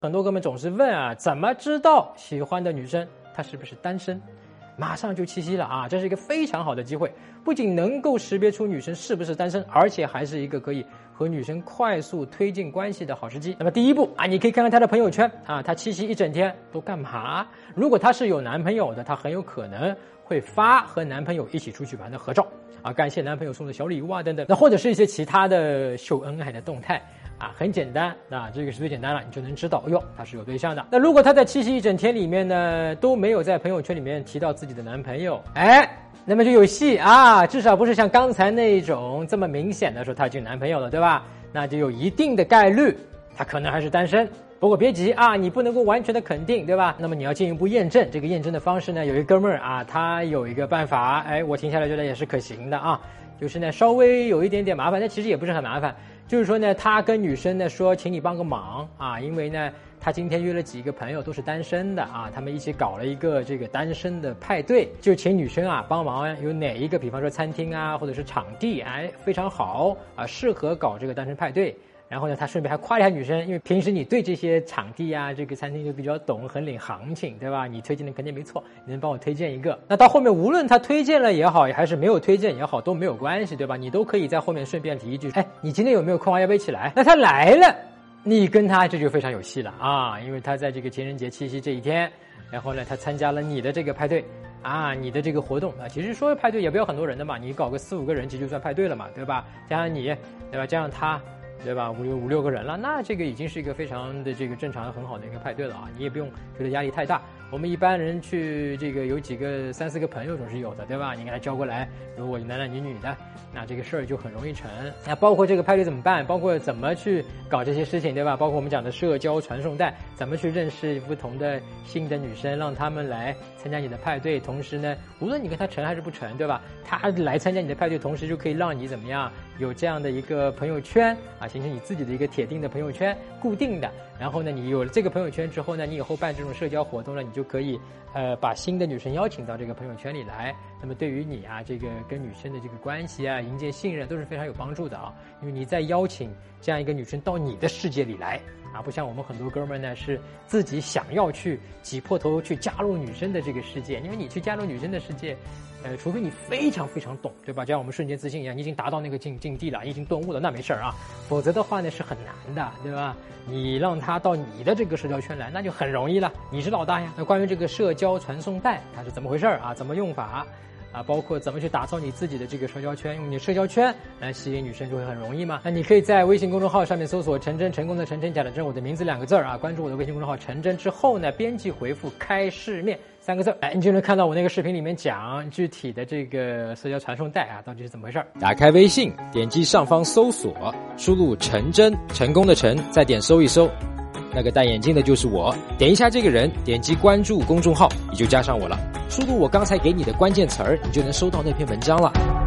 很多哥们总是问啊，怎么知道喜欢的女生她是不是单身？马上就七夕了啊，这是一个非常好的机会，不仅能够识别出女生是不是单身，而且还是一个可以和女生快速推进关系的好时机。那么第一步啊，你可以看看她的朋友圈啊，她七夕一整天都干嘛？如果她是有男朋友的，她很有可能会发和男朋友一起出去玩的合照啊，感谢男朋友送的小礼物啊等等，那或者是一些其他的秀恩爱的动态。啊，很简单，那这个是最简单了，你就能知道，哟，她是有对象的。那如果她在七夕一整天里面呢，都没有在朋友圈里面提到自己的男朋友，那么就有戏啊，至少不是像刚才那种这么明显的说她已经有男朋友了，对吧？那就有一定的概率，她可能还是单身。不过别急啊，你不能够完全的肯定，对吧？那么你要进一步验证，这个验证的方式呢，有一哥们儿啊，他有一个办法，我听下来觉得也是可行的啊，就是呢稍微有一点点麻烦，但其实也不是很麻烦。就是说呢，他跟女生呢说，请你帮个忙啊，因为呢，他今天约了几个朋友都是单身的啊，他们一起搞了一个这个单身的派对，就请女生啊帮忙，有哪一个，比方说餐厅啊，或者是场地，非常好啊，适合搞这个单身派对。然后呢，他顺便还夸一下女生，因为平时你对这些场地啊、这个餐厅就比较懂，很领行情，对吧？你推荐的肯定没错，你能帮我推荐一个。那到后面无论他推荐了也好，还是没有推荐也好，都没有关系，对吧？你都可以在后面顺便提一句，你今天有没有空啊？要不要一起来？那他来了，你跟他这就非常有戏了啊，因为他在这个情人节七夕这一天，然后呢，他参加了你的这个派对。啊，你的这个活动啊，其实说派对也不要很多人的嘛，你搞个4-5个人其实就算派对了嘛，对吧？加上你，对吧？加上他，对吧？5-6个人了，那这个已经是一个非常的这个正常很好的一个派对了啊，你也不用觉得压力太大。我们一般人去这个有几个3-4个朋友总是有的，对吧？你给他叫过来，如果男男女女的，那这个事儿就很容易成。那包括这个派对怎么办？包括怎么去搞这些事情，对吧？包括我们讲的社交传送带，怎么去认识不同的新的女生，让他们来参加你的派对。同时呢，无论你跟他成还是不成，对吧？他来参加你的派对，同时就可以让你怎么样有这样的一个朋友圈啊，形成你自己的一个铁定的朋友圈，固定的。然后呢，你有了这个朋友圈之后呢，你以后办这种社交活动呢，你就可以把新的女生邀请到这个朋友圈里来。那么对于你啊，这个跟女生的这个关系啊，营建信任都是非常有帮助的啊。因为你在邀请这样一个女生到你的世界里来啊，不像我们很多哥们呢是自己想要去挤破头去加入女生的这个世界，因为你去加入女生的世界。除非你非常非常懂，对吧？就像我们瞬间自信一样，你已经达到那个境地了，你已经顿悟了，那没事啊。否则的话呢，是很难的，对吧？你让他到你的这个社交圈来，那就很容易了，你是老大呀。那关于这个社交传送带，它是怎么回事啊？怎么用法啊？包括怎么去打造你自己的这个社交圈，用你社交圈来吸引女生就会很容易嘛。那你可以在微信公众号上面搜索陈真，成功的陈，真假的真，我的名字2个字啊，关注我的微信公众号陈真之后呢，编辑回复开市面3个字，你就能看到我那个视频里面讲具体的这个社交传送带啊，到底是怎么回事。 打开微信，点击上方搜索，输入陈真，成功的陈，再点搜一搜，那个戴眼镜的就是我，点一下这个人，点击关注公众号，你就加上我了。输入我刚才给你的关键词儿，你就能收到那篇文章了。